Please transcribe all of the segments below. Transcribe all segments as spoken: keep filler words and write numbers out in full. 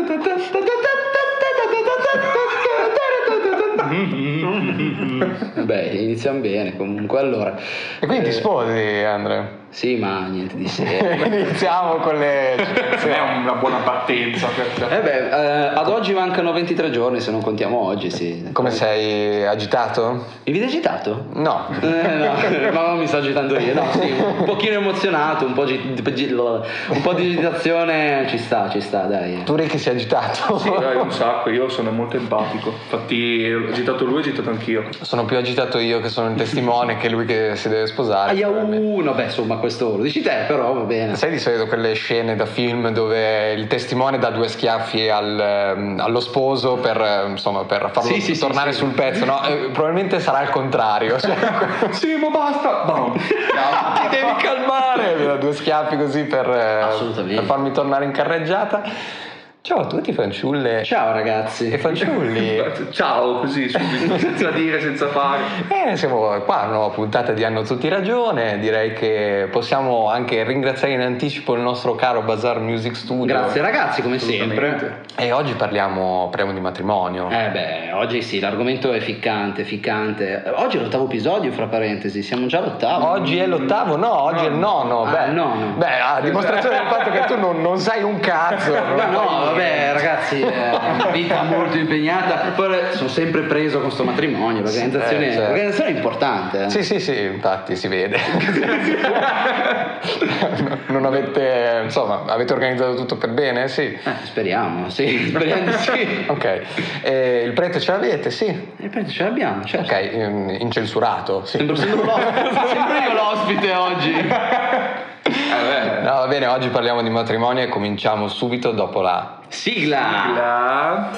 Beh, iniziamo bene comunque. Allora, e quindi eh, ti sposi, Andrea? Sì, ma niente di serio. Iniziamo con le Non è una buona partenza per te. Eh beh, eh, ad oggi mancano ventitré giorni, se non contiamo oggi, sì. Come sei, agitato? Mi vedi agitato? No. Eh, no, ma mi sto agitando io. No, sì, un pochino emozionato, un po' di, un po' di agitazione ci sta, ci sta, dai. Tu Ricky sei agitato? Sì, dai, un sacco, io sono molto empatico. Infatti ho agitato lui, ho agitato anch'io. Sono più agitato io che sono il testimone che lui che si deve sposare. Aia, uh, no, beh, insomma, questo lo dici te, però va bene. Sai di solito quelle scene da film dove il testimone dà due schiaffi al, allo sposo per, insomma, per farlo sì, sì, tornare sì, sul sì. pezzo, no? Eh, probabilmente sarà il contrario. Cioè, Sì, ma basta! Boom. ti devi calmare. Mi dà due schiaffi così per, Assolutamente. per farmi tornare in carreggiata. Ciao a tutti fanciulle. Ciao ragazzi. E fanciulli. Ciao, così subito, senza dire, senza fare. Eh, siamo qua, una nuova puntata di Hanno Tutti Ragione. Direi che possiamo anche ringraziare in anticipo il nostro caro Bazaar Music Studio. Grazie ragazzi, come sempre. E oggi parliamo, parliamo di matrimonio. Eh beh, oggi sì, l'argomento è ficcante, ficcante. Oggi è l'ottavo episodio, fra parentesi, siamo già all'ottavo. Oggi è l'ottavo? No, oggi è il nono. Ah, Beh, il nono. Beh, a dimostrazione del fatto che tu non, non sai un cazzo. Ma no, vabbè ragazzi, è una vita molto impegnata. Poi sono sempre preso con sto matrimonio, l'organizzazione, Eh, certo. l'organizzazione è importante. Eh. Sì, sì, sì, infatti si vede. Non avete, insomma, avete organizzato tutto per bene? Sì. Eh, speriamo, sì, speriamo di sì. Ok, e il prete ce l'avete? Sì. E poi ce l'abbiamo, certo. Ok, in- incensurato. Sì. Sembro, sembro, l'ospite, sembro io l'ospite oggi. Eh, No, va bene, oggi parliamo di matrimonio e cominciamo subito dopo la... Sigla! la...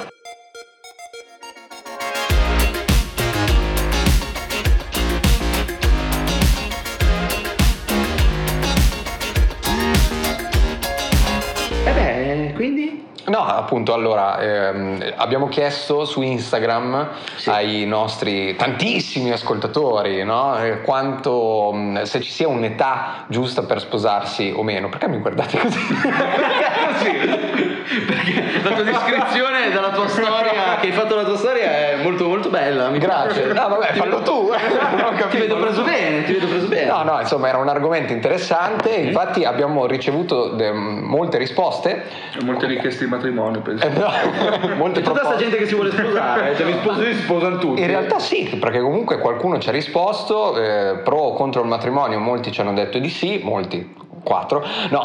E beh, quindi? No, appunto, allora, ehm, abbiamo chiesto su Instagram Sì. ai nostri tantissimi ascoltatori, no? eh, quanto, mh, se ci sia un'età giusta per sposarsi o meno. Perché mi guardate così? Sì, perché la tua descrizione della tua storia, che hai fatto la tua storia, è molto molto bella. Mi Grazie. piace. No, vabbè, Ti fallo vedo- tu. Non ho Ti capito. vedo preso bene, ti vedo preso bene. No, no, insomma, era un argomento interessante. Infatti abbiamo ricevuto de- molte risposte. Molte richieste di matrimonio, penso. Eh, no, molte C'è tutta questa proposte. gente che si vuole sposare, cioè, mi sposo, si sposano tutti. In realtà sì, perché comunque qualcuno ci ha risposto, eh, pro o contro il matrimonio, molti ci hanno detto di sì, molti, quattro, no.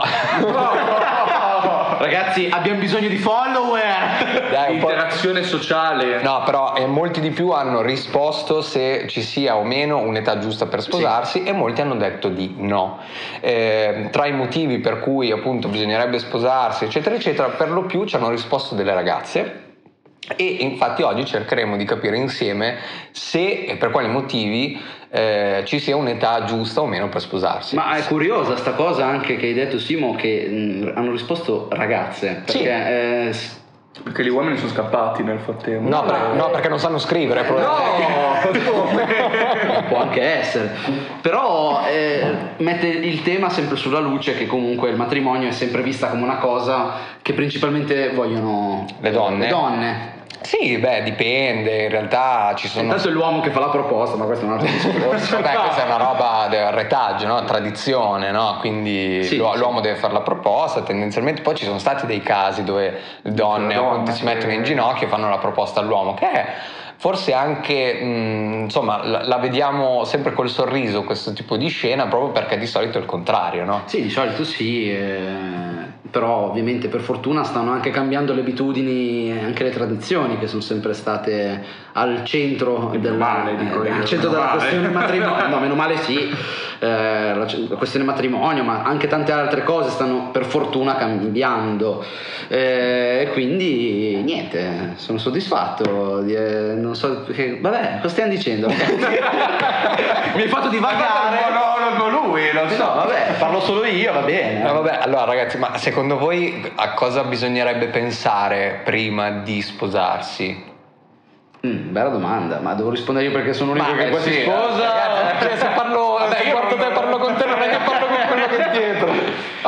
Ragazzi, abbiamo bisogno di follower. Dai, un po'. Interazione sociale. No, però eh, molti di più hanno risposto se ci sia o meno un'età giusta per sposarsi e molti hanno detto di no. Eh, tra i motivi per cui appunto bisognerebbe sposarsi, eccetera, eccetera, per lo più ci hanno risposto delle ragazze. E infatti oggi cercheremo di capire insieme se e per quali motivi eh, ci sia un'età giusta o meno per sposarsi. Ma è curiosa sta cosa anche che hai detto, Simo, che mh, hanno risposto ragazze. Perché Sì. eh, s- Perché gli uomini sono scappati nel frattempo. No, per- no, perché non sanno scrivere probabilmente. può anche essere. Però eh, mette il tema sempre sulla luce che comunque il matrimonio è sempre vista come una cosa che principalmente vogliono Le donne? Le donne. Sì, beh, dipende, in realtà ci sono... Intanto è l'uomo che fa la proposta, ma questo è un altro discorso. Beh, questa è una roba del retaggio, no? Tradizione, no? Quindi Sì, l'uo- sì. l'uomo deve fare la proposta, tendenzialmente poi ci sono stati dei casi dove le donne La donna appunto si mettono in che- ginocchio e fanno la proposta all'uomo, che è forse anche, mh, insomma, la, la vediamo sempre col sorriso questo tipo di scena, proprio perché di solito è il contrario, no? Sì, di solito sì, eh, però ovviamente per fortuna stanno anche cambiando le abitudini e anche le tradizioni che sono sempre state al centro, E del, meno male, dico eh, io, al centro meno della male. questione matrimonio. No, meno male sì, eh, la, la questione matrimonio, ma anche tante altre cose stanno per fortuna cambiando. E quindi niente, sono soddisfatto. Di, eh, non so che, vabbè, cosa stiamo dicendo? Mi hai fatto divagare. monologo lui, non so. No, vabbè, parlo solo io, va bene. No, vabbè, allora ragazzi, ma secondo voi a cosa bisognerebbe pensare prima di sposarsi? Mm, bella domanda, ma devo rispondere io perché sono l'unico Ma, che eh, qua si sì, sposa. ragazzi, cioè, se parlo, Vabbè, se io porto non- te parlo con te, non è che parlo con quello che è dietro.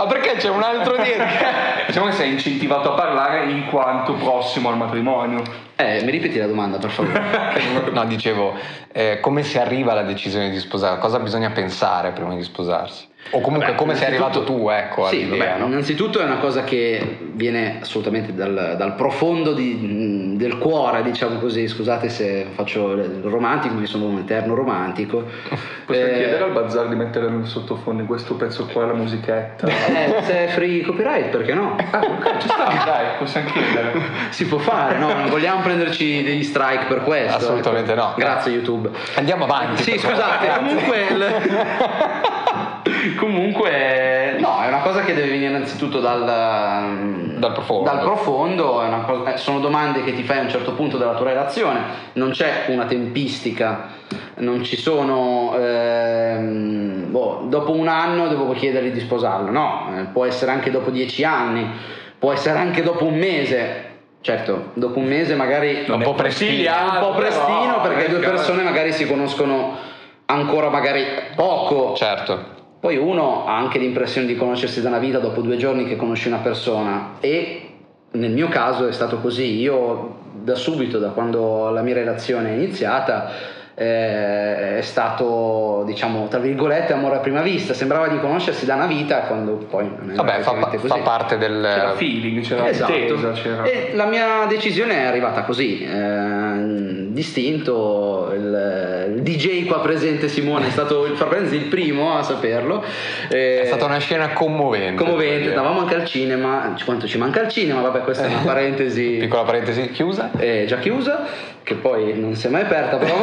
Ma perché c'è un altro dietro? Diciamo che sei incentivato a parlare in quanto prossimo al matrimonio. Eh, mi ripeti la domanda, per favore? No, dicevo, eh, come si arriva alla decisione di sposare? Cosa bisogna pensare prima di sposarsi? O comunque Vabbè, come sei arrivato innanzitutto- tu, ecco, Sì, all'idea, vabbè, no? innanzitutto è una cosa che viene assolutamente dal, dal profondo di- del cuore, diciamo così. Scusate se faccio il romantico, ma io sono un eterno romantico. Possiamo Eh, chiedere al bazar di mettere nel sottofondo in questo pezzo qua la musichetta? eh, se è free copyright, perché no? Ah, ok, ci sta, dai, possiamo chiedere. Si può fare, no? Non vogliamo prenderci degli strike per questo. Assolutamente ecco. no. Grazie YouTube. Andiamo avanti. Sì, per scusate, favore. comunque il- comunque no, è una cosa che deve venire innanzitutto dal, Dal profondo. dal profondo, è una cosa- eh, sono domande che ti fai a un certo punto della tua relazione, non c'è una tempistica, non ci sono ehm, boh, dopo un anno devo chiedergli di sposarlo, no, eh, può essere anche dopo dieci anni, può essere anche dopo un mese. Certo, dopo un mese magari Un po' prestino. un po' prestino, però, perché eh, due cazzo. persone magari si conoscono ancora magari poco. Certo. Poi uno ha anche l'impressione di conoscersi da una vita dopo due giorni che conosci una persona, e nel mio caso è stato così. Io da subito, da quando la mia relazione è iniziata, eh, è stato, diciamo, tra virgolette, amore a prima vista. Sembrava di conoscersi da una vita, quando poi non è Vabbè, fa, effettivamente fa così. parte del... C'era feeling, c'era Esatto. intesa, c'era... E la mia decisione è arrivata così, eh, distinto. Il, il D J qua presente, Simone, è stato il, fra parentesi, il primo a saperlo. Eh, È stata una scena commovente. commovente. devo dire. Andavamo anche al cinema. Quanto ci manca al cinema? Vabbè, questa è una parentesi Piccola parentesi chiusa. eh, già chiusa, che poi non si è mai aperta, però.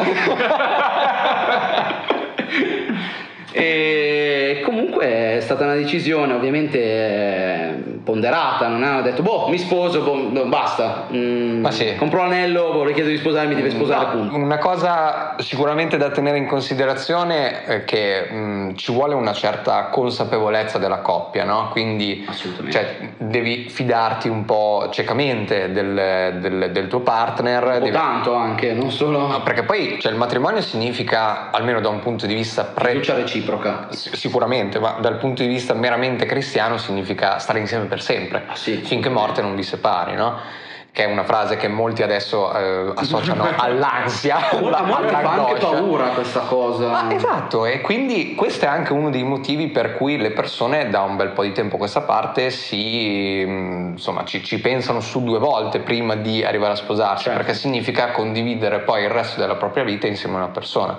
E comunque è stata una decisione ovviamente eh, ponderata, non hanno detto boh mi sposo, boh, no, basta, mm, Ma sì. compro l'anello, boh, le chiedo di sposarmi, deve sposare, No, punto. una cosa sicuramente da tenere in considerazione è che mh, ci vuole una certa consapevolezza della coppia, no? Quindi Assolutamente. cioè, devi fidarti un po' ciecamente del, del- del tuo partner. O devi- tanto anche, non solo No, perché poi cioè, il matrimonio significa, almeno da un punto di vista pre- fiducia reciproca. S- Sicuramente, ma dal punto di vista meramente cristiano significa stare insieme per sempre, Ah, sì, finché morte non vi separi, no? Che è una frase che molti adesso eh, associano all'ansia, A molti fa anche all'angoscia. paura questa cosa. Ma esatto, e quindi questo è anche uno dei motivi per cui le persone da un bel po' di tempo a questa parte si, mh, insomma, ci, ci pensano su due volte prima di arrivare a sposarsi, Certo. perché significa condividere poi il resto della propria vita insieme a una persona.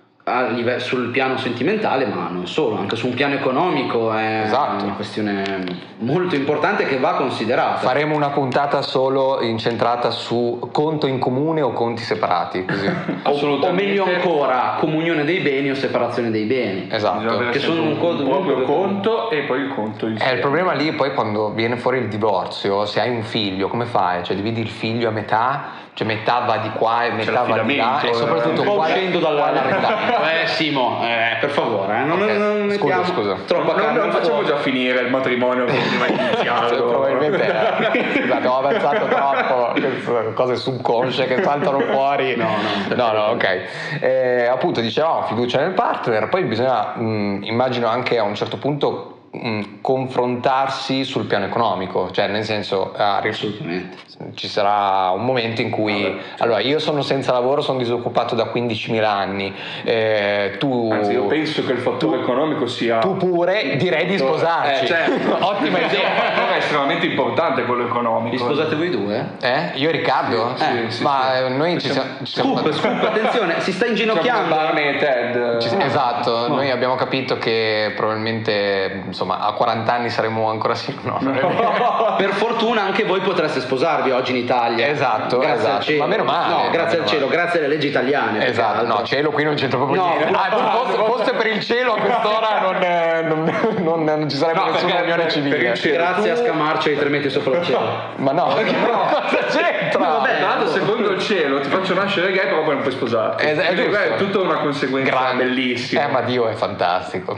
A live- sul piano sentimentale, ma non solo, anche su un piano economico è Esatto. una questione molto importante che va considerata. Faremo una puntata solo incentrata su conto in comune o conti separati, così. O, o meglio ancora, comunione dei beni o separazione dei beni. Bisogna Esatto. avere Che sono sempre un conto- proprio un- conto e poi il conto Eh, insieme. il problema lì poi quando viene fuori il divorzio, se hai un figlio, come fai? Cioè dividi il figlio a metà, cioè metà va di qua e metà va di là, l'affidamento, e soprattutto eh, Un po' qual è- uscendo dalla qual è la realtà? Eh Simo, eh, per favore, eh, non, Ok, non scusa, mettiamo scusa. troppa non, carne non al facciamo fuoco. già finire il matrimonio prima di iniziarlo. Probabilmente eh, scusate, ho avanzato troppo, queste sono cose subconsce che saltano fuori. No, no, no, no, ok. Eh, appunto dicevamo fiducia nel partner, poi bisogna, mh, immagino anche a un certo punto mh, confrontarsi sul piano economico, cioè nel senso ah, ri- Assolutamente. ci sarà un momento in cui Vabbè, certo. allora io sono senza lavoro, sono disoccupato da quindicimila anni, eh, tu Anzi, io penso che il fattore economico sia tu pure direi di sposarci. Eh, certo. Ottima È un idea. fattore estremamente importante quello economico. Vi sposate voi due? Eh? Io e Riccardo? Sì, Eh, sì, ma sì. eh, noi ci siamo, ci siamo Scoop, scoop, attenzione, si sta Diciamo inginocchiando. Barney e Ted. ci- esatto, noi abbiamo capito che probabilmente insomma a quaranta anni saremo ancora sì. No, non è vero. Per fortuna anche voi potreste sposarvi oggi in Italia. Esatto, grazie esatto. al cielo. Ma meno male, No, ma grazie meno al cielo, male. grazie alle leggi italiane. più che Esatto, altro. no, cielo qui non c'entra proprio No, niente. no, Anzi, no, fosse, no. fosse per il cielo a quest'ora non, eh, non, non, non ci sarebbe No, nessuna perché unione per- civile. per il cielo. Grazie a Tu- Scamarcio ai tre metri sopra il cielo. Ma no, cosa c'entra? No, vabbè. Tanto secondo il cielo ti faccio nascere gay, però poi non puoi sposarti. È- è Quindi, giusto. beh, è tutta una conseguenza Grande. bellissima. Eh, ma Dio è fantastico.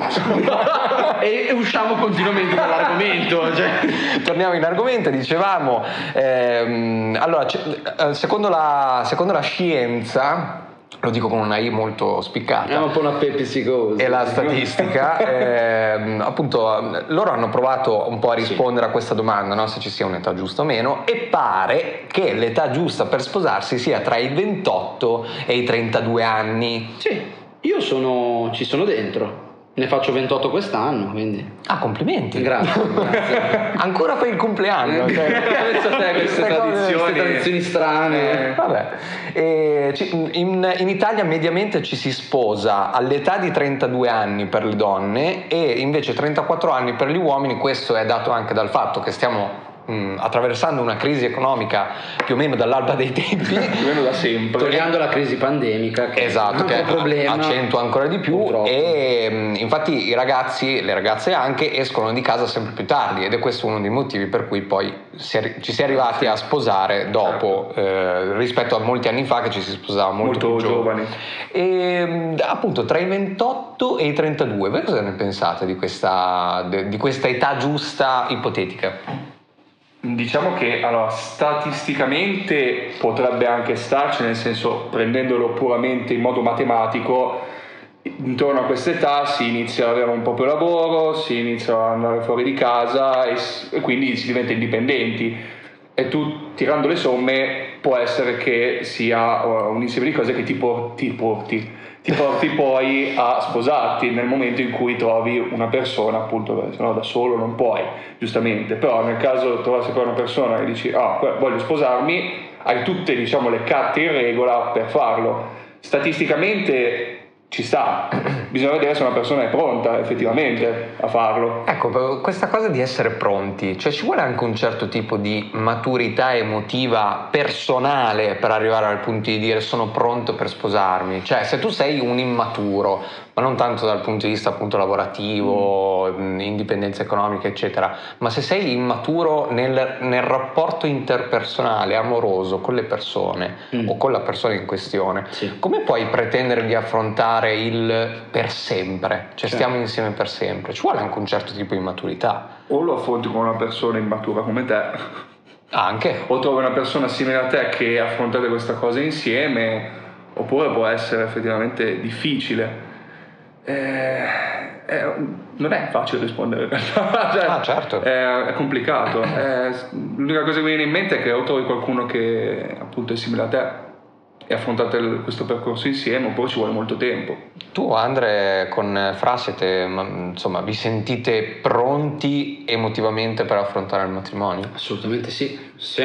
e, e usciamo continuamente dall'argomento. Cioè. Torniamo in argomento, dicevamo, ehm, allora, c- eh, secondo la, secondo la scienza, lo dico con una I molto spiccata. È un po' una pepsicosa. E la statistica, eh, appunto, loro hanno provato un po' a rispondere sì. a questa domanda, no? Se ci sia un'età giusta o meno, e pare che l'età giusta per sposarsi sia tra i ventotto e i trentadue anni. Sì, io sono, ci sono dentro. Ne faccio ventotto quest'anno, quindi. Ah, complimenti. Grazie, grazie. Ancora per il compleanno. Cioè, te, queste, tradizioni. queste tradizioni strane. Eh, vabbè. E in, in Italia mediamente ci si sposa all'età di trentadue anni per le donne e invece trentaquattro anni per gli uomini. Questo è dato anche dal fatto che stiamo mh, attraversando una crisi economica più o meno dall'alba dei tempi, più o meno da sempre, togliendo la crisi pandemica, che esatto, è un che problema, accentua ancora di più, purtroppo. E mh, infatti i ragazzi, le ragazze anche, escono di casa sempre più tardi, ed è questo uno dei motivi per cui poi si è, ci si è arrivati a sposare dopo, certo. eh, rispetto a molti anni fa che ci si sposava molto, molto più giovani. E mh, appunto tra i ventotto e i trentadue, voi cosa ne pensate di questa, de, di questa età giusta ipotetica? Diciamo che allora, statisticamente potrebbe anche starci, nel senso, prendendolo puramente in modo matematico, intorno a questa età si inizia ad avere un po' più lavoro, si inizia ad andare fuori di casa e, e quindi si diventa indipendenti, e tu, tirando le somme, può essere che sia un insieme di cose che ti porti, porti ti porti poi a sposarti nel momento in cui trovi una persona, appunto, se no da solo non puoi, giustamente. Però nel caso trovassi poi una persona e dici ah, voglio sposarmi, hai tutte, diciamo, le carte in regola per farlo. Statisticamente ci sta, bisogna vedere se una persona è pronta effettivamente a farlo. Ecco, questa cosa di essere pronti, cioè ci vuole anche un certo tipo di maturità emotiva personale per arrivare al punto di dire sono pronto per sposarmi. Cioè se tu sei un immaturo, ma non tanto dal punto di vista appunto lavorativo, mm. indipendenza economica eccetera, ma se sei immaturo nel, nel rapporto interpersonale, amoroso con le persone mm. o con la persona in questione, sì. come puoi pretendere di affrontare il per sempre, cioè certo. stiamo insieme per sempre? Ci vuole anche un certo tipo di maturità. O lo affronti con una persona immatura come te, anche, o trovi una persona simile a te che affrontate questa cosa insieme, oppure può essere effettivamente difficile. Eh, eh, non è facile rispondere in realtà, cioè, ah, certo. è, è complicato. Eh, l'unica cosa che mi viene in mente è che o trovi qualcuno che appunto è simile a te e affrontate questo percorso insieme, oppure ci vuole molto tempo. Tu, Andre, con Fra siete, insomma, vi sentite pronti emotivamente per affrontare il matrimonio? Assolutamente sì, se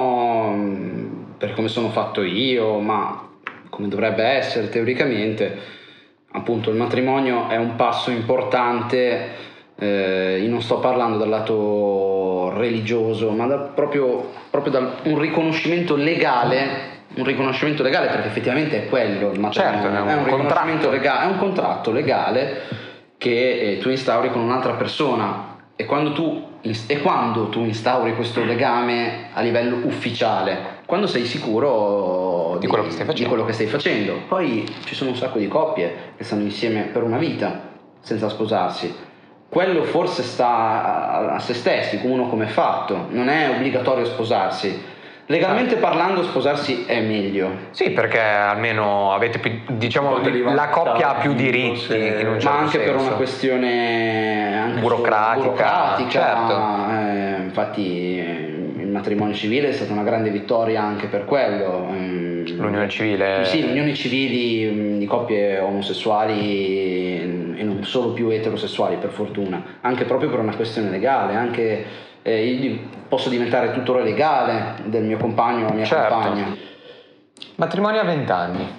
no, per come sono fatto io, ma come dovrebbe essere teoricamente, appunto il matrimonio è un passo importante, eh, io non sto parlando dal lato religioso, ma da, proprio, proprio da un riconoscimento legale. Un riconoscimento legale, perché effettivamente è quello il matrimonio, certo, è un, è un riconoscimento legale, è un contratto legale che eh, tu instauri con un'altra persona, e quando tu e quando tu instauri questo legame a livello ufficiale, quando sei sicuro di, di, quello, che stai facendo. di quello che stai facendo. Poi ci sono un sacco di coppie che stanno insieme per una vita senza sposarsi. Quello forse sta a, a se stessi, uno come è fatto, non è obbligatorio sposarsi. Legalmente parlando sposarsi è meglio. Sì, perché almeno avete più, diciamo, la coppia ha più diritti, se... in un certo ma anche senso. per una questione anche burocratica, burocratica certo. eh, infatti eh, il matrimonio civile è stata una grande vittoria anche per quello. L'unione civile? Sì, le unioni civili di coppie omosessuali e non solo più eterosessuali, per fortuna, anche proprio per una questione legale, anche eh, io posso diventare tutore legale del mio compagno o la mia certo. compagna. Matrimonio a vent'anni.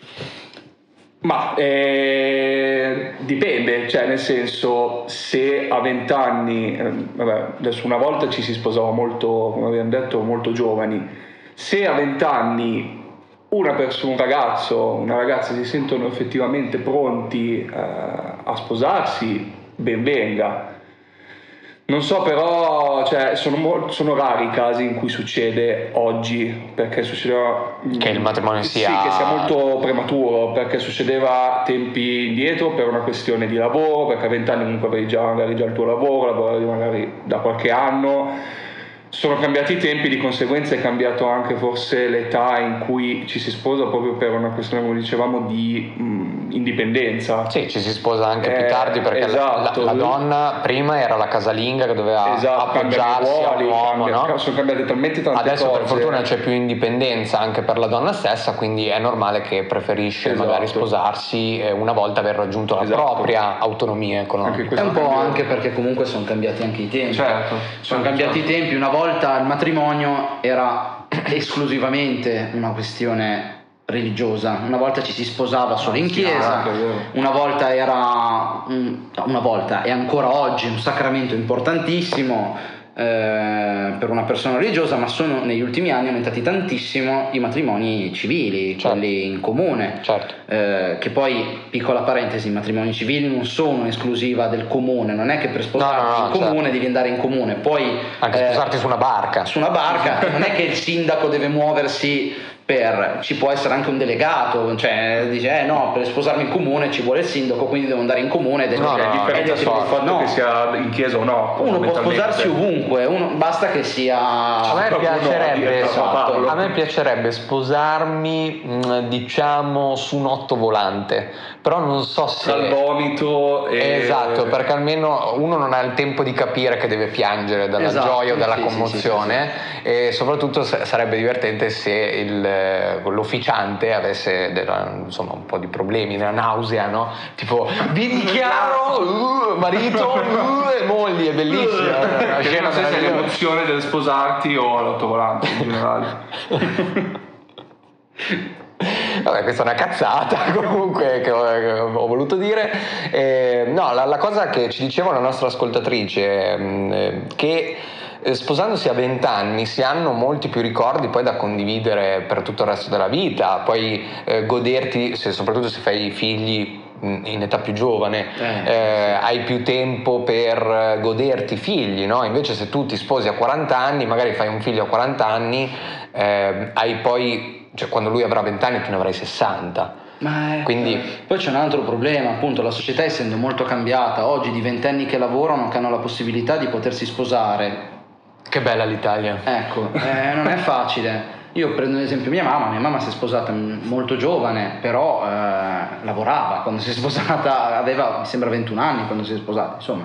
Ma eh, dipende, cioè nel senso, se a vent'anni, eh, vabbè, adesso una volta ci si sposava molto, come abbiamo detto, molto giovani. Se a vent'anni una persona, un ragazzo, una ragazza si sentono effettivamente pronti eh, a sposarsi, ben venga. Non so però, cioè, sono, mo- sono rari i casi in cui succede oggi, perché succedeva... Che il matrimonio sia... Sì, che sia molto prematuro, perché succedeva tempi indietro per una questione di lavoro, perché a vent'anni comunque avevi già magari già il tuo lavoro, lavoravi magari da qualche anno, sono cambiati i tempi, di conseguenza è cambiato anche forse l'età in cui ci si sposa, proprio per una questione, come dicevamo, di mh, indipendenza. Sì, ci si sposa anche Eh, più tardi perché esatto. la, la, la donna prima era la casalinga che doveva esatto, appoggiarsi ruoli, a un uomo, cambia, no? sono cambiate talmente tante Adesso cose. per fortuna c'è più indipendenza anche per la donna stessa, quindi è normale che preferisce Esatto. magari sposarsi eh, una volta aver raggiunto la Esatto. propria autonomia Anche economica. È questo un po' cambia. anche perché comunque sono cambiati anche i tempi. Certo, sono certo, cambiati certo. i tempi. Una volta il matrimonio era esclusivamente una questione religiosa, una volta ci si sposava solo in chiesa, anche, è vero. una volta era un- una volta e ancora oggi un sacramento importantissimo eh, per una persona religiosa, ma sono negli ultimi anni aumentati tantissimo i matrimoni civili, Certo. quelli in comune. Certo. Eh, che poi, piccola parentesi, i matrimoni civili non sono esclusiva del comune, non è che per sposarti No, no, no, in comune certo. devi andare in comune, poi Anche eh, sposarti su una barca. su una barca, non è che il sindaco deve muoversi per, ci può essere anche un delegato, cioè dice eh no, per sposarmi in comune ci vuole il sindaco, quindi devo andare in comune ed è No, C'è no, differenza è sul forte. fatto no. che sia in chiesa o no. Uno può fondamentalmente. sposarsi ovunque, uno, basta che sia A me Qualcuno piacerebbe, ha detto, Paolo. a me piacerebbe sposarmi, mh, diciamo, su un otto volante, però non so se... Tra il vomito e... Esatto, perché almeno uno non ha il tempo di capire che deve piangere dalla Esatto, gioia o dalla sì, sì, commozione, e soprattutto s- sarebbe divertente se il, l'ufficiante avesse della- insomma un po' di problemi, una nausea, no? Tipo vi dichiaro uh, marito uh, e moglie, è bellissima, è una Che scena non so se è meravigliosa. l'emozione del sposarti o l'autovolante in generale. Vabbè, questa è una cazzata comunque che ho, che ho voluto dire. Eh, no, la, la cosa che ci diceva una nostra ascoltatrice, mh, che eh, sposandosi a venti anni si hanno molti più ricordi poi da condividere per tutto il resto della vita, poi eh, goderti, se, soprattutto se fai figli in età più giovane, Eh, eh, hai più tempo per goderti i figli, no? Invece se tu ti sposi a quaranta anni, magari fai un figlio a quaranta anni, eh, hai poi, cioè quando lui avrà venti anni tu ne avrai sessanta. Ma ecco, Quindi poi c'è un altro problema, appunto, la società essendo molto cambiata, oggi di ventenni che lavorano, che hanno la possibilità di potersi sposare, che bella l'Italia. ecco, eh, non è facile. Io prendo ad esempio mia mamma, mia mamma si è sposata molto giovane, però eh, lavorava quando si è sposata, aveva mi sembra ventuno anni quando si è sposata, insomma.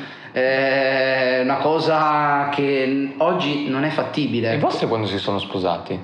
È una cosa che oggi non è fattibile. I vostri quando si sono sposati?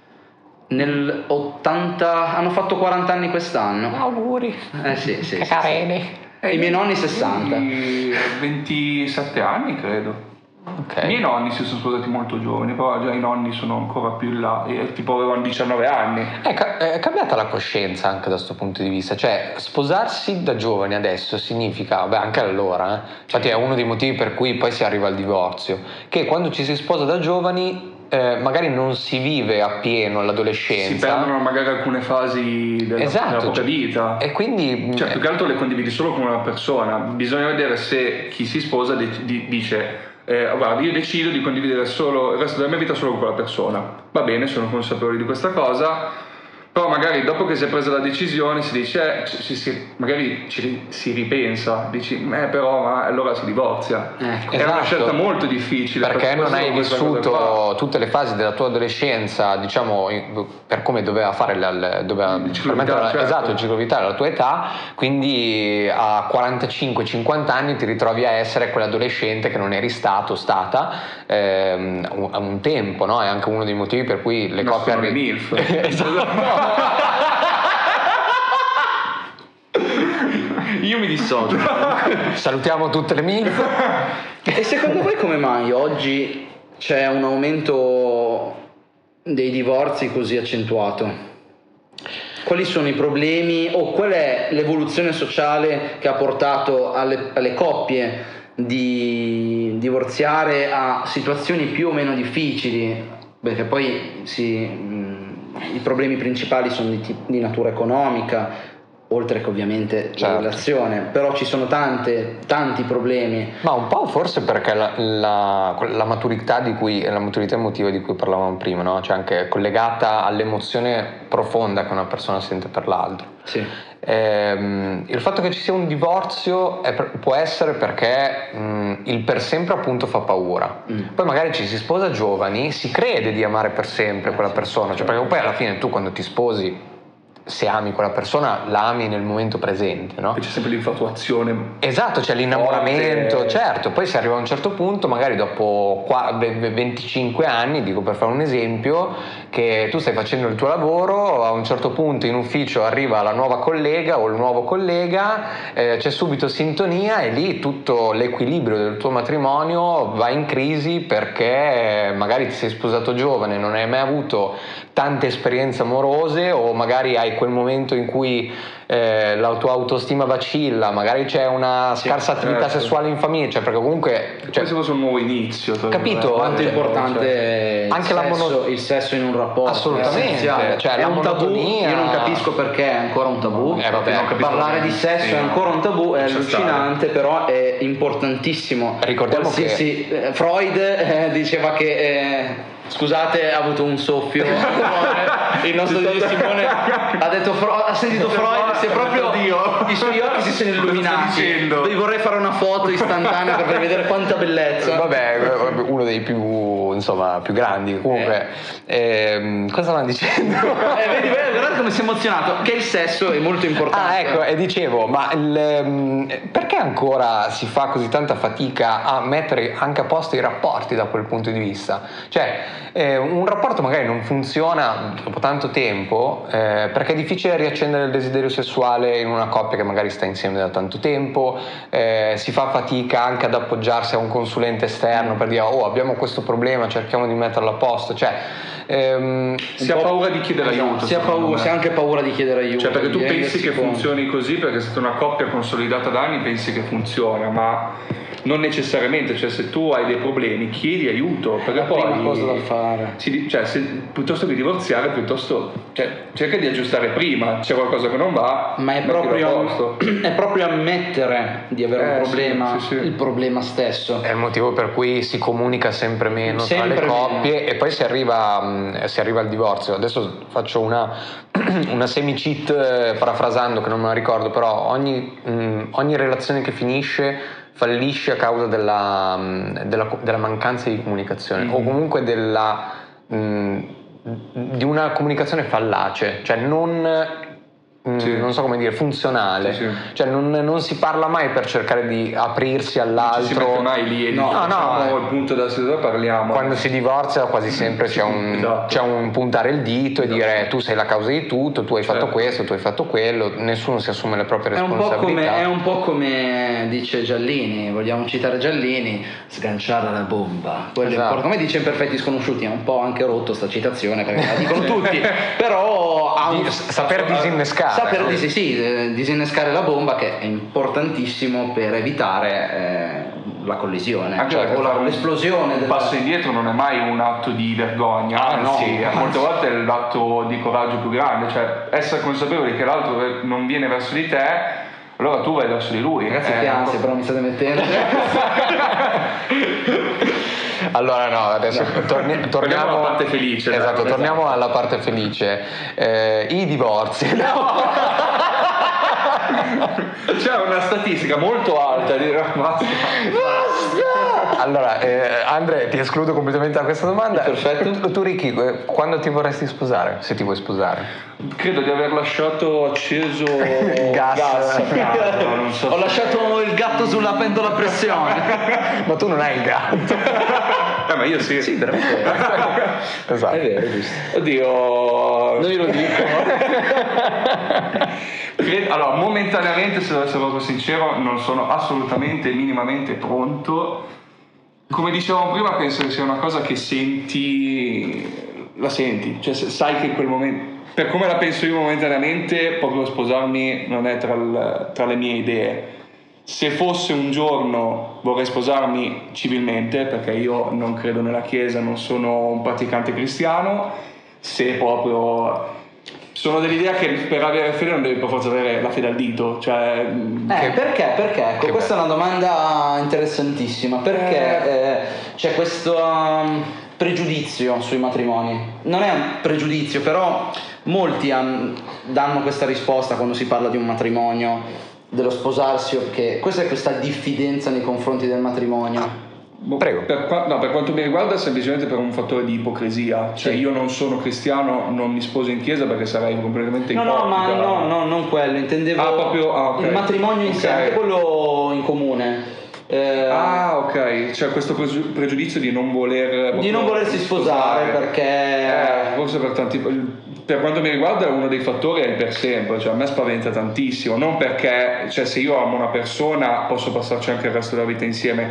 Nel ottanta hanno fatto quaranta anni quest'anno. Auguri. Eh sì, sì. Che sì, carini. sì. I miei nonni sessanta. Quindi ventisette anni credo. Ok. I miei nonni si sono sposati molto giovani, però già i nonni sono ancora più in là, e tipo avevano diciannove anni. È, ca- è cambiata la coscienza anche da questo punto di vista, cioè sposarsi da giovani adesso significa, beh anche allora, eh, infatti è uno dei motivi per cui poi si arriva al divorzio, che quando ci si sposa da giovani eh, magari non si vive appieno l'adolescenza. Si perdono magari alcune fasi della, Esatto, della propria cioè- vita. E quindi Cioè, più che altro le condividi solo con una persona. Bisogna vedere se chi si sposa de- di- dice eh, guarda, io decido di condividere solo il resto della mia vita solo con quella persona. Va bene, sono consapevole di questa cosa. Però magari dopo che si è presa la decisione si dice, eh, si, si, magari ci, si ripensa, dici, eh però ma allora si divorzia. Ecco. È una Esatto. scelta molto difficile. Perché non hai questa cosa vissuto qua. tutte le fasi della tua adolescenza, diciamo, in- per come doveva fare la, la- doveva Il ciclo permettere la- vitale, certo. esatto, il ciclo vitale alla tua età, quindi a quarantacinque cinquanta anni ti ritrovi a essere quell'adolescente che non eri stato, stata ehm, un, a un tempo, no? È anche uno dei motivi per cui le No, coppie sono le arri- MILF. Esatto. Io mi dissocio. Salutiamo tutte le MILF. E secondo voi come mai oggi c'è un aumento dei divorzi così accentuato? Quali sono i problemi o qual è l'evoluzione sociale che ha portato alle, alle coppie di divorziare a situazioni più o meno difficili? Perché poi si, mh, i problemi principali sono di, ti- di natura economica, oltre che ovviamente certo. la relazione, però ci sono tante, tanti problemi. Ma un po' forse perché la, la, la maturità di cui la maturità emotiva di cui parlavamo prima, no? Cioè anche collegata all'emozione profonda che una persona sente per l'altro. Sì. Ehm, il fatto che ci sia un divorzio è, può essere perché mh, il per sempre appunto fa paura. Mm. Poi magari ci si sposa giovani, si crede di amare per sempre quella persona, cioè perché poi alla fine tu quando ti sposi, se ami quella persona, la ami nel momento presente, no? E c'è sempre l'infatuazione. Esatto, c'è l'innamoramento, forte. Certo. Poi si arriva a un certo punto, magari dopo venticinque anni, dico per fare un esempio, che tu stai facendo il tuo lavoro, a un certo punto in ufficio arriva la nuova collega o il nuovo collega, eh, c'è subito sintonia e lì tutto l'equilibrio del tuo matrimonio va in crisi perché magari ti sei sposato giovane, non hai mai avuto tante esperienze amorose o magari hai quel momento in cui eh, la tua autostima vacilla, magari c'è una sì, scarsa attività certo. sessuale in famiglia, cioè perché comunque cioè, come se fosse un nuovo inizio, capito? Quanto è cioè, importante cioè, anche il, sesso, mono... il sesso in un rapporto, assolutamente, è, cioè, è la un tabù. monotonia... Io non capisco perché è ancora un tabù. Eh, vabbè, parlare di sesso sì, è ancora un tabù, è allucinante, stare. Però è importantissimo. Ricordiamo Qualsiasi, che eh, Freud eh, diceva che eh, scusate, ha avuto un soffio. Il nostro Dio Simone ha detto ha sentito Freud, si è proprio i suoi occhi si sono illuminati. Vi vorrei fare una foto istantanea per vedere quanta bellezza. Vabbè, uno dei più insomma più grandi. Comunque, eh. ehm, cosa stavano dicendo? Eh, vedi, vedi, guardate come si è emozionato. Che il sesso è molto importante. Ah, ecco, e dicevo, ma il, perché ancora si fa così tanta fatica a mettere anche a posto i rapporti da quel punto di vista? Cioè, eh, un rapporto magari non funziona dopo tanto tempo eh, perché è difficile riaccendere il desiderio sessuale in una coppia che magari sta insieme da tanto tempo, eh, si fa fatica anche ad appoggiarsi a un consulente esterno per dire oh abbiamo questo problema, cerchiamo di metterlo a posto, cioè ehm, si ha paura di chiedere aiuto, si ha paura, si ha anche paura di chiedere aiuto, cioè perché tu pensi che conto. funzioni così perché siete una coppia consolidata da anni, pensi che funziona, ma non necessariamente, cioè se tu hai dei problemi chiedi aiuto, perché la poi prima cosa da fare, si, cioè se, piuttosto che divorziare, piuttosto cioè, cerca di aggiustare prima, c'è qualcosa che non va, ma è proprio, è proprio ammettere di avere eh, un problema, sì, sì, sì. il problema stesso è il motivo per cui si comunica sempre meno sempre tra le coppie meno. E poi si arriva, si arriva al divorzio. Adesso faccio una, una semi-cheat parafrasando che non me la ricordo, però ogni, mh, ogni relazione che finisce fallisce a causa della, della, della mancanza di comunicazione mm-hmm. o comunque della, mh, di una comunicazione fallace, cioè non, sì. mh, non so come dire, funzionale, sì, sì. Cioè non, non si parla mai per cercare di aprirsi all'altro, non ci si mette mai lì e no, no, no, no, il punto della situazione parliamo. Quando si divorzia quasi sempre c'è un, esatto. c'è un puntare il dito e esatto. dire tu sei la causa di tutto, tu hai certo. fatto questo, tu hai fatto quello, nessuno si assume le proprie responsabilità. È un po' come, è un po' come dice Giallini, vogliamo citare Giallini, sganciare la bomba. Esatto. Come dice Imperfetti Sconosciuti, è un po' anche rotto sta citazione perché la dicono tutti, però ha un, saper disinnescare. Saper no? dis- sì, disinnescare la bomba, che è importantissimo per evitare eh, la collisione, anche cioè, o la, un l'esplosione. Un del... passo indietro non è mai un atto di vergogna, ah, anzi, no, molte volte è l'atto di coraggio più grande, cioè essere consapevoli che l'altro non viene verso di te, allora tu vai verso di lui. Ragazzi, eh, che ansia, però mi state mettendo. Allora no, adesso no. torni, torniamo alla parte felice. Esatto, dai, torniamo esatto. alla parte felice. Eh, I divorzi. No. C'è una statistica molto alta di Allora, eh, Andre, ti escludo completamente da questa domanda. Perfetto. Tu, tu Ricky, quando ti vorresti sposare? Se ti vuoi sposare? Credo di aver lasciato acceso gas. gas caldo, non so. Ho lasciato il gatto sulla pentola a pressione. Ma tu non hai il gatto. Eh, ma io sì. Sì, veramente. Esatto. È vero, giusto. Oddio. Non glielo dico. Allora, momentaneamente, se devo essere proprio sincero, non sono assolutamente, minimamente pronto. Come dicevamo prima, penso che sia una cosa che senti, la senti, cioè sai che in quel momento, per come la penso io momentaneamente, proprio sposarmi non è tra, il, tra le mie idee. Se fosse un giorno vorrei sposarmi civilmente, perché io non credo nella Chiesa, non sono un praticante cristiano. Se proprio sono dell'idea che per avere fede non devi per forza avere la fede al dito, cioè... Eh, perché? Perché? Ecco, questa è una domanda interessantissima, perché eh, c'è questo um, pregiudizio sui matrimoni. Non è un pregiudizio, però molti han, danno questa risposta quando si parla di un matrimonio, dello sposarsi, che questa è questa diffidenza nei confronti del matrimonio. Prego. Per, no, per quanto mi riguarda è semplicemente per un fattore di ipocrisia, cioè Sì. io non sono cristiano, non mi sposo in chiesa perché sarei completamente No, ipocrita. no, ma no, no, non quello, intendevo Ah, proprio, ah, okay. il matrimonio in sé, Okay. anche quello in comune. Eh, Ah, ok, c'è questo pregiu- pregiudizio di non voler di non volersi sposare, perché eh, forse per tanti, per quanto mi riguarda uno dei fattori è il per sempre, cioè a me spaventa tantissimo, non perché, cioè se io amo una persona posso passarci anche il resto della vita insieme,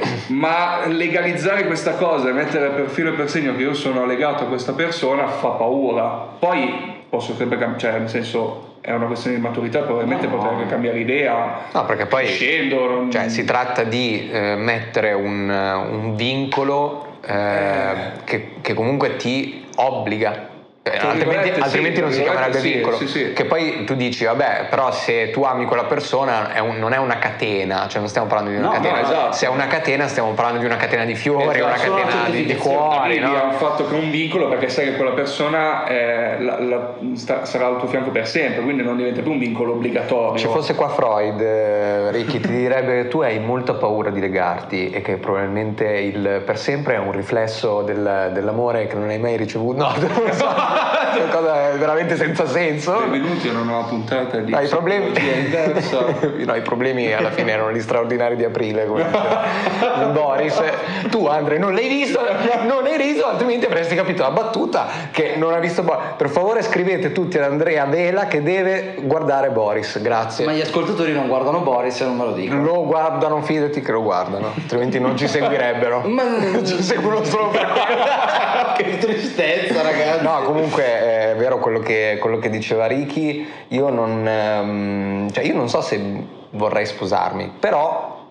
ma legalizzare questa cosa e mettere per filo e per segno che io sono legato a questa persona fa paura. Poi posso sempre cambiare, cioè nel senso è una questione di maturità, probabilmente No. potrei anche cambiare idea. No, perché poi scendo, non... cioè, si tratta di eh, mettere un, un vincolo eh, che, che comunque ti obbliga. Eh, Tra altrimenti, virgolette, altrimenti sì, non si tra chiamerebbe virgolette, vincolo. sì, sì, sì. Che poi tu dici, vabbè, però se tu ami quella persona è un- non è una catena, cioè non stiamo parlando di una No, catena. no, esatto. Se è una catena stiamo parlando di una catena di fiori, Esatto, una sono catena di, di certificazioni. cuori, Arrivi no? a un fatto che è un vincolo perché sai che quella persona eh, la- la- sta- sarà al tuo fianco per sempre, quindi non diventa più un vincolo obbligatorio. Se fosse qua Freud, eh, Ricky, ti direbbe che tu hai molta paura di legarti e che probabilmente il per sempre è un riflesso del- dell'amore che non hai mai ricevuto. No, non lo so, è una cosa veramente senza senso. Benvenuti a una nuova puntata di No, i problemi Psicologia Inversa. no, i problemi alla fine erano gli straordinari di aprile, come diceva Boris. Tu Andre non l'hai visto, non hai riso, altrimenti avresti capito la battuta che non ha visto Boris. Per favore scrivete tutti ad Andrea Vela che deve guardare Boris, grazie. ma gli ascoltatori non guardano Boris e non me lo dicono. Lo guardano, fidati che lo guardano, altrimenti non ci seguirebbero. Ma Ci seguono solo per quello. che tristezza, ragazzi. No, comunque è vero quello che, quello che diceva Ricky. Io non, ehm, cioè io non so se vorrei sposarmi, però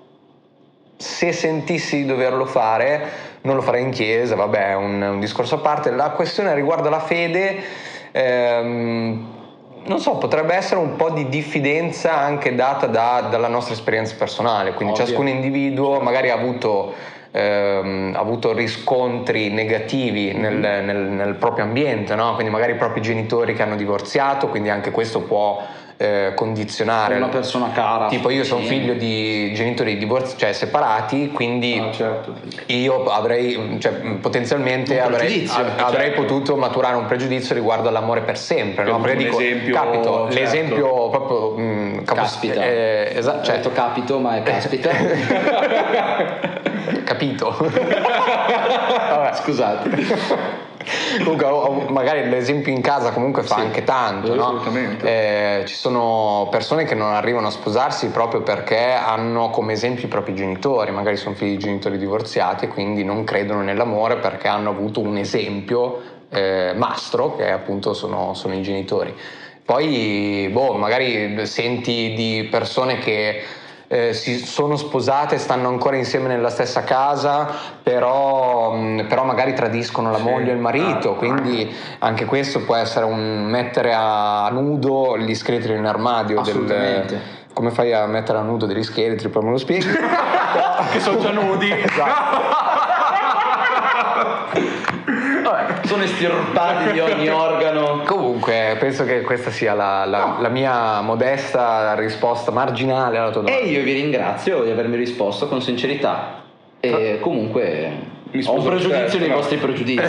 se sentissi di doverlo fare non lo farei in chiesa, vabbè, è un, un discorso a parte. La questione riguardo la fede, ehm, non so, potrebbe essere un po' di diffidenza anche data da- dalla nostra esperienza personale, quindi Ovvio. ciascun individuo magari ha avuto, ehm, ha avuto riscontri negativi nel, nel- nel proprio ambiente, no? Quindi magari i propri genitori che hanno divorziato, quindi anche questo può eh, condizionare. Una persona cara. Tipo io sono sì. figlio di genitori divorzi- cioè separati, quindi Ah, certo. io avrei, cioè, potenzialmente Un avrei, pregiudizio, av- avrei certo. potuto maturare un pregiudizio riguardo all'amore per sempre, no? Per Perché un dico, esempio, capito, certo. l'esempio proprio mh, capo- Caspita. eh, esa- Cioè, cioè, ho detto capito, ma è caspita. capito. Vabbè. Scusate. Comunque ho- ho- magari l'esempio in casa comunque fa Sì, anche tanto, no? assolutamente. Eh, ci sono persone che non arrivano a sposarsi proprio perché hanno come esempio i propri genitori, magari sono figli di genitori divorziati e quindi non credono nell'amore perché hanno avuto un esempio eh, mastro che appunto sono, sono i genitori. Poi boh, magari senti di persone che eh, si sono sposate, stanno ancora insieme nella stessa casa, però, mh, però magari tradiscono la Sì. moglie e il marito, Ah, quindi anche questo può essere un mettere a nudo gli scheletri nell'armadio. Del, Assolutamente. come fai a mettere a nudo degli scheletri? Poi me lo spieghi. Che sono già nudi. Vabbè, sono estirpati di ogni organo. Comunque penso che questa sia la, la- la mia modesta risposta marginale alla tua E domanda. io vi ringrazio di avermi risposto con sincerità. E comunque Mi ho un scuso, pregiudizio certo, nei no. vostri pregiudizi.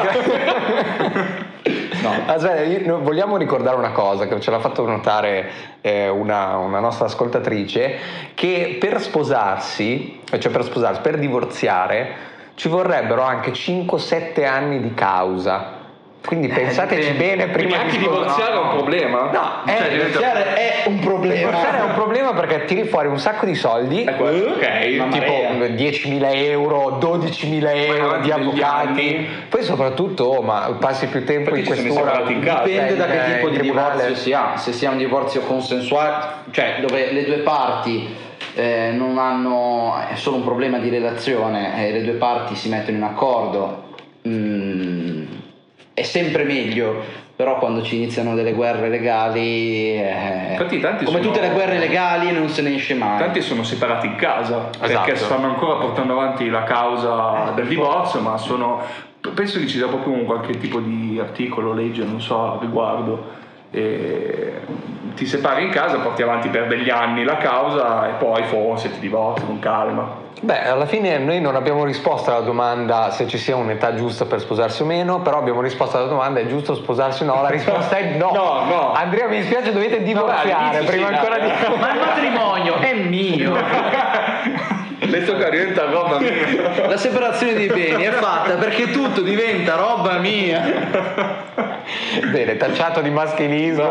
No. Aspetta, io- no, vogliamo ricordare una cosa che ce l'ha fatto notare eh, una, una nostra ascoltatrice, che per sposarsi, cioè per sposarsi, per divorziare, ci vorrebbero anche cinque sette anni di causa. Quindi pensateci dipende. bene prima Quindi anche di sposarsi. divorziare è un problema? No, è, Cioè, diventa- Divorziare è un problema. divorziare è un problema perché tiri fuori un sacco di soldi, Ecco, ok. Una tipo marea. diecimila euro, dodicimila euro avanti di degli avvocati. anni. Poi soprattutto, oh, ma passi più tempo Perché in ci sono questura. separati in casa? Dipende da che in- tipo in di tribunale. divorzio si ha. Se si ha un divorzio consensuale, cioè dove le due parti eh, non hanno, è solo un problema di relazione e le due parti si mettono in accordo, mm, è sempre meglio. però quando ci iniziano delle guerre legali, eh, Infatti tanti come sono- tutte le guerre legali, non se ne esce mai. Tanti sono separati in casa perché Esatto. stanno ancora portando avanti la causa del divorzio, ma sono penso che ci sia proprio un qualche tipo di articolo, legge, non so, a riguardo. E ti separi in casa, porti avanti per degli anni la causa e poi forse ti divorzi con calma. Beh, alla fine noi non abbiamo risposto alla domanda se ci sia un'età giusta per sposarsi o meno, però abbiamo risposto alla domanda è giusto sposarsi o no? La risposta è no. No, no. Andrea, mi dispiace, dovete divorziare all'inizio prima sì, ancora dai. di... Ma il matrimonio è mio. Detto che diventa roba mia. La separazione dei beni è fatta perché tutto diventa roba mia. Bene, tacciato di maschilismo.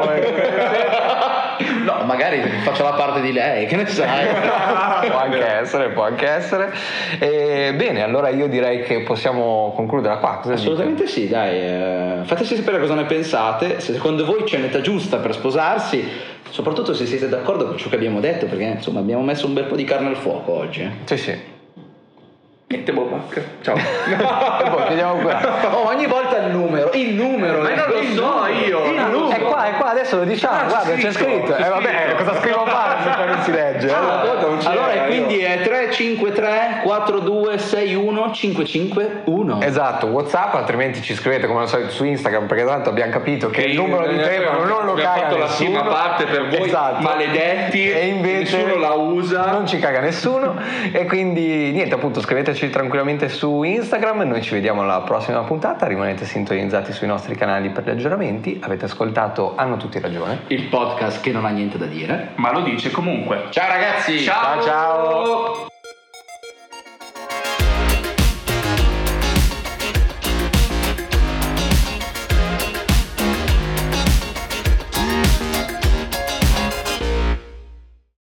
No, magari faccio la parte di lei, che ne sai? Può anche essere, può anche essere. E, bene, allora io direi che possiamo concludere qua. Cosa Assolutamente sì, dai. eh, fateci sapere cosa ne pensate, se secondo voi c'è un'età giusta per sposarsi, soprattutto se siete d'accordo con ciò che abbiamo detto, perché insomma abbiamo messo un bel po' di carne al fuoco oggi. eh. dite? Sì, sì. Niente, Bobak. Ciao. E poi chiediamo qua. Oh, ogni volta il numero, il numero. Ma eh, non lo il so numero, io. il Non lo numero. È qua, è qua, adesso lo diciamo, Ah, c'è guarda, c'è scritto, scritto. c'è Eh vabbè, scritto. cosa scrivo fare se poi non si legge? Ah, Allora, non c'era, Allora, io. quindi è tre cinque tre quattro due sei uno cinque cinque uno. Esatto, WhatsApp, altrimenti ci scrivete come al solito su Instagram, perché tanto abbiamo capito che il numero di telefono non lo abbiamo caga fatto la nessuno. prima parte per voi Esatto. maledetti E invece nessuno la usa. non ci caga nessuno. E quindi niente, appunto, scriveteci tranquillamente su Instagram. Noi ci vediamo alla prossima puntata. Rimanete sintonizzati sui nostri canali per gli aggiornamenti. Avete ascoltato Hanno tutti ragione. Il podcast che non ha niente da dire. Ma lo dice comunque. Ciao ragazzi. Ciao ciao.